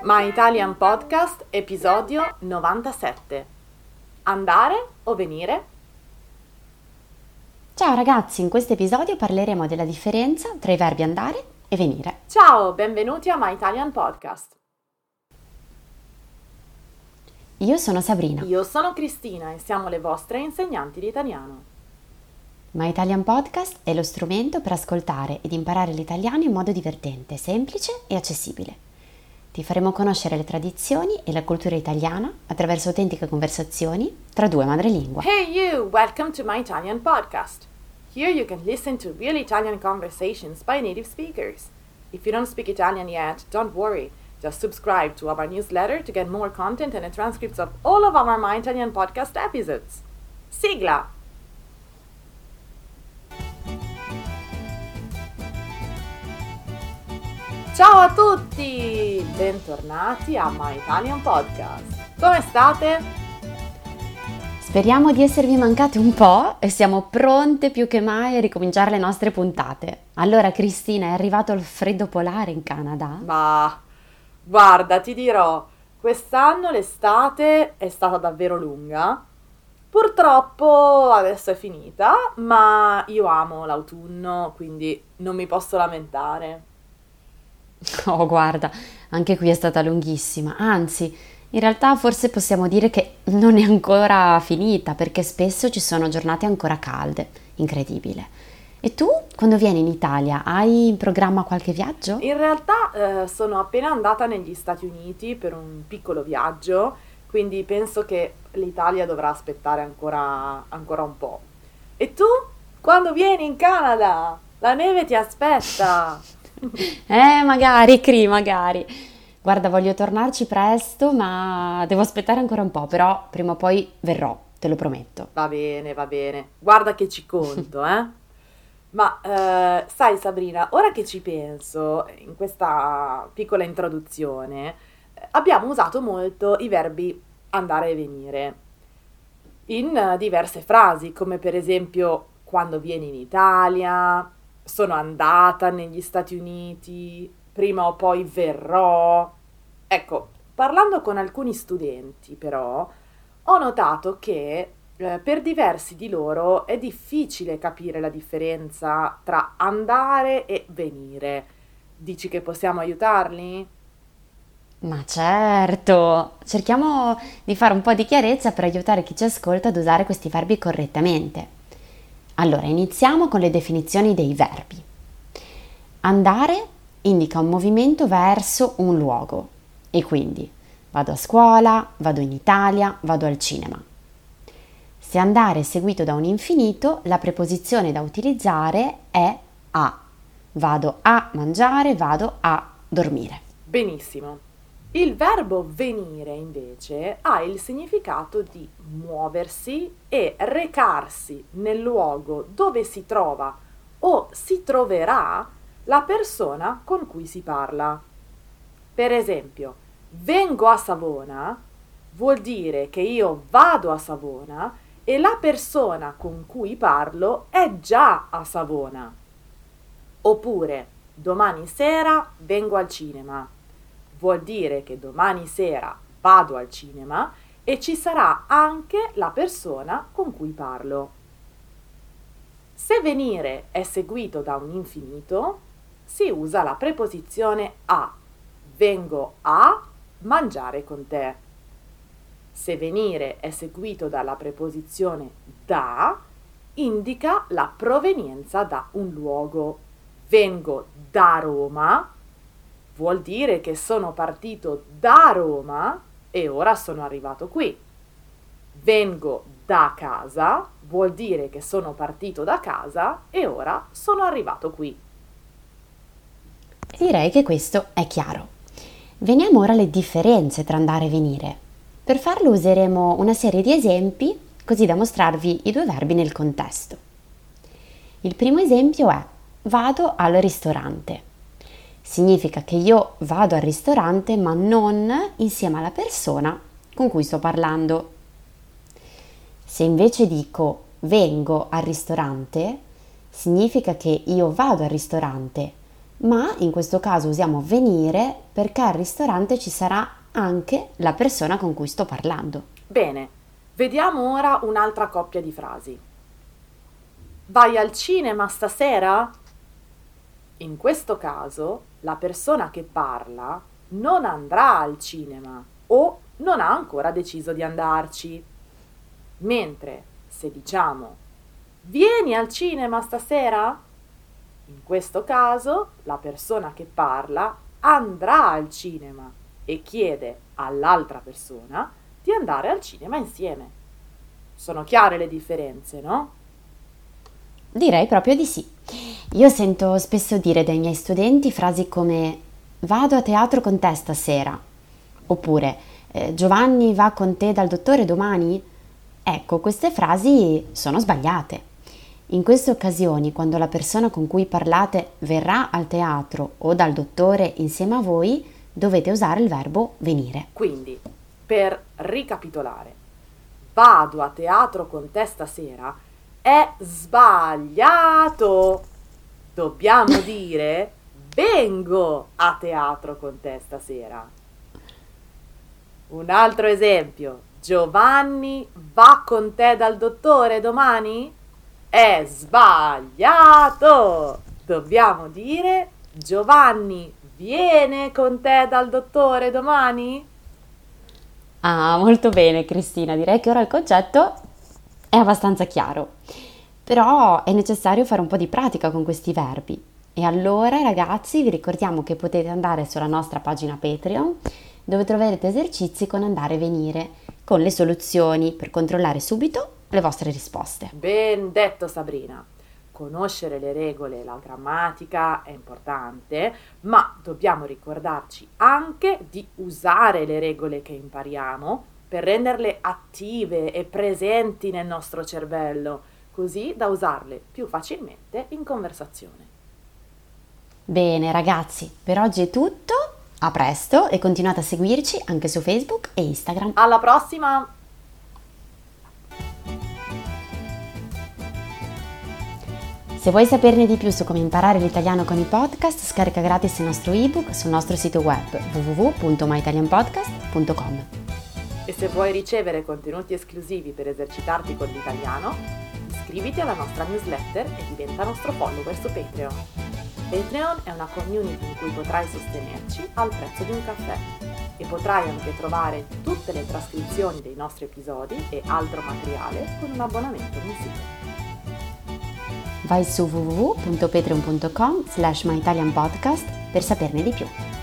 My Italian Podcast, episodio 97. Andare o venire? Ciao ragazzi, in questo episodio parleremo della differenza tra i verbi andare e venire. Ciao, benvenuti a My Italian Podcast. Io sono Sabrina. Io sono Cristina e siamo le vostre insegnanti di italiano. My Italian Podcast è lo strumento per ascoltare ed imparare l'italiano in modo divertente, semplice e accessibile. Ti faremo conoscere le tradizioni e la cultura italiana attraverso autentiche conversazioni tra due madrelingua. Hey you, welcome to My Italian Podcast. Here you can listen to real Italian conversations by native speakers. If you don't speak Italian yet, don't worry. Just subscribe to our newsletter to get more content and the transcripts of all of our My Italian Podcast episodes. Sigla! Ciao a tutti! Bentornati a My Italian Podcast. Come state? Speriamo di esservi mancate un po' e siamo pronte più che mai a ricominciare le nostre puntate. Allora Cristina, è arrivato il freddo polare in Canada? Ma guarda, ti dirò, quest'anno l'estate è stata davvero lunga. Purtroppo adesso è finita, ma io amo l'autunno, quindi non mi posso lamentare. Oh, guarda, anche qui è stata lunghissima, anzi, in realtà forse possiamo dire che non è ancora finita perché spesso ci sono giornate ancora calde, incredibile. E tu, quando vieni in Italia, hai in programma qualche viaggio? In realtà sono appena andata negli Stati Uniti per un piccolo viaggio, quindi penso che l'Italia dovrà aspettare ancora un po'. E tu, quando vieni in Canada? La neve ti aspetta! Magari. Guarda, voglio tornarci presto, ma devo aspettare ancora un po', però prima o poi verrò, te lo prometto. Va bene, va bene. Guarda che ci conto, eh? Ma sai Sabrina, ora che ci penso, in questa piccola introduzione, abbiamo usato molto i verbi andare e venire in diverse frasi, come per esempio quando vieni in Italia, sono andata negli Stati Uniti, prima o poi verrò. Ecco, parlando con alcuni studenti però, ho notato che per diversi di loro è difficile capire la differenza tra andare e venire. Dici che possiamo aiutarli? Ma certo, cerchiamo di fare un po' di chiarezza per aiutare chi ci ascolta ad usare questi verbi correttamente. Allora, iniziamo con le definizioni dei verbi. Andare indica un movimento verso un luogo e quindi vado a scuola, vado in Italia, vado al cinema. Se andare è seguito da un infinito, la preposizione da utilizzare è a. Vado a mangiare, vado a dormire. Benissimo. Il verbo venire invece ha il significato di muoversi e recarsi nel luogo dove si trova o si troverà la persona con cui si parla. Per esempio, vengo a Savona vuol dire che io vado a Savona e la persona con cui parlo è già a Savona. Oppure, domani sera vengo al cinema. Vuol dire che domani sera vado al cinema e ci sarà anche la persona con cui parlo. Se venire è seguito da un infinito, si usa la preposizione a. Vengo a mangiare con te. Se venire è seguito dalla preposizione da, indica la provenienza da un luogo. Vengo da Roma vuol dire che sono partito da Roma e ora sono arrivato qui. Vengo da casa vuol dire che sono partito da casa e ora sono arrivato qui. Direi che questo è chiaro. Veniamo ora alle differenze tra andare e venire. Per farlo useremo una serie di esempi così da mostrarvi i due verbi nel contesto. Il primo esempio è vado al ristorante. Significa che io vado al ristorante ma non insieme alla persona con cui sto parlando. Se invece dico vengo al ristorante, significa che io vado al ristorante ma in questo caso usiamo venire perché al ristorante ci sarà anche la persona con cui sto parlando. Bene, vediamo ora un'altra coppia di frasi. Vai al cinema stasera? In questo caso la persona che parla non andrà al cinema o non ha ancora deciso di andarci. Mentre se diciamo vieni al cinema stasera, in questo caso la persona che parla andrà al cinema e chiede all'altra persona di andare al cinema insieme. Sono chiare le differenze, no? Direi proprio di sì. Io sento spesso dire dai miei studenti frasi come vado a teatro con te stasera, oppure Giovanni va con te dal dottore domani? Ecco, queste frasi sono sbagliate. In queste occasioni, quando la persona con cui parlate verrà al teatro o dal dottore insieme a voi, dovete usare il verbo venire. Quindi, per ricapitolare, vado a teatro con te stasera è sbagliato. Dobbiamo dire vengo a teatro con te stasera. Un altro esempio. Giovanni va con te dal dottore domani? È sbagliato. Dobbiamo dire Giovanni viene con te dal dottore domani? Ah, molto bene Cristina, direi che ora il concetto è abbastanza chiaro. Però è necessario fare un po' di pratica con questi verbi. E allora ragazzi vi ricordiamo che potete andare sulla nostra pagina Patreon dove troverete esercizi con andare e venire, con le soluzioni per controllare subito le vostre risposte. Ben detto Sabrina. Conoscere le regole e la grammatica è importante, ma dobbiamo ricordarci anche di usare le regole che impariamo per renderle attive e presenti nel nostro cervello, così da usarle più facilmente in conversazione. Bene ragazzi, per oggi è tutto, a presto e continuate a seguirci anche su Facebook e Instagram. Alla prossima! Se vuoi saperne di più su come imparare l'italiano con i podcast, scarica gratis il nostro ebook sul nostro sito web www.myitalianpodcast.com. E se vuoi ricevere contenuti esclusivi per esercitarti con l'italiano, iscriviti alla nostra newsletter e diventa nostro follower su Patreon. Patreon è una community in cui potrai sostenerci al prezzo di un caffè e potrai anche trovare tutte le trascrizioni dei nostri episodi e altro materiale con un abbonamento mensile. Vai su www.patreon.com/myitalianpodcast per saperne di più.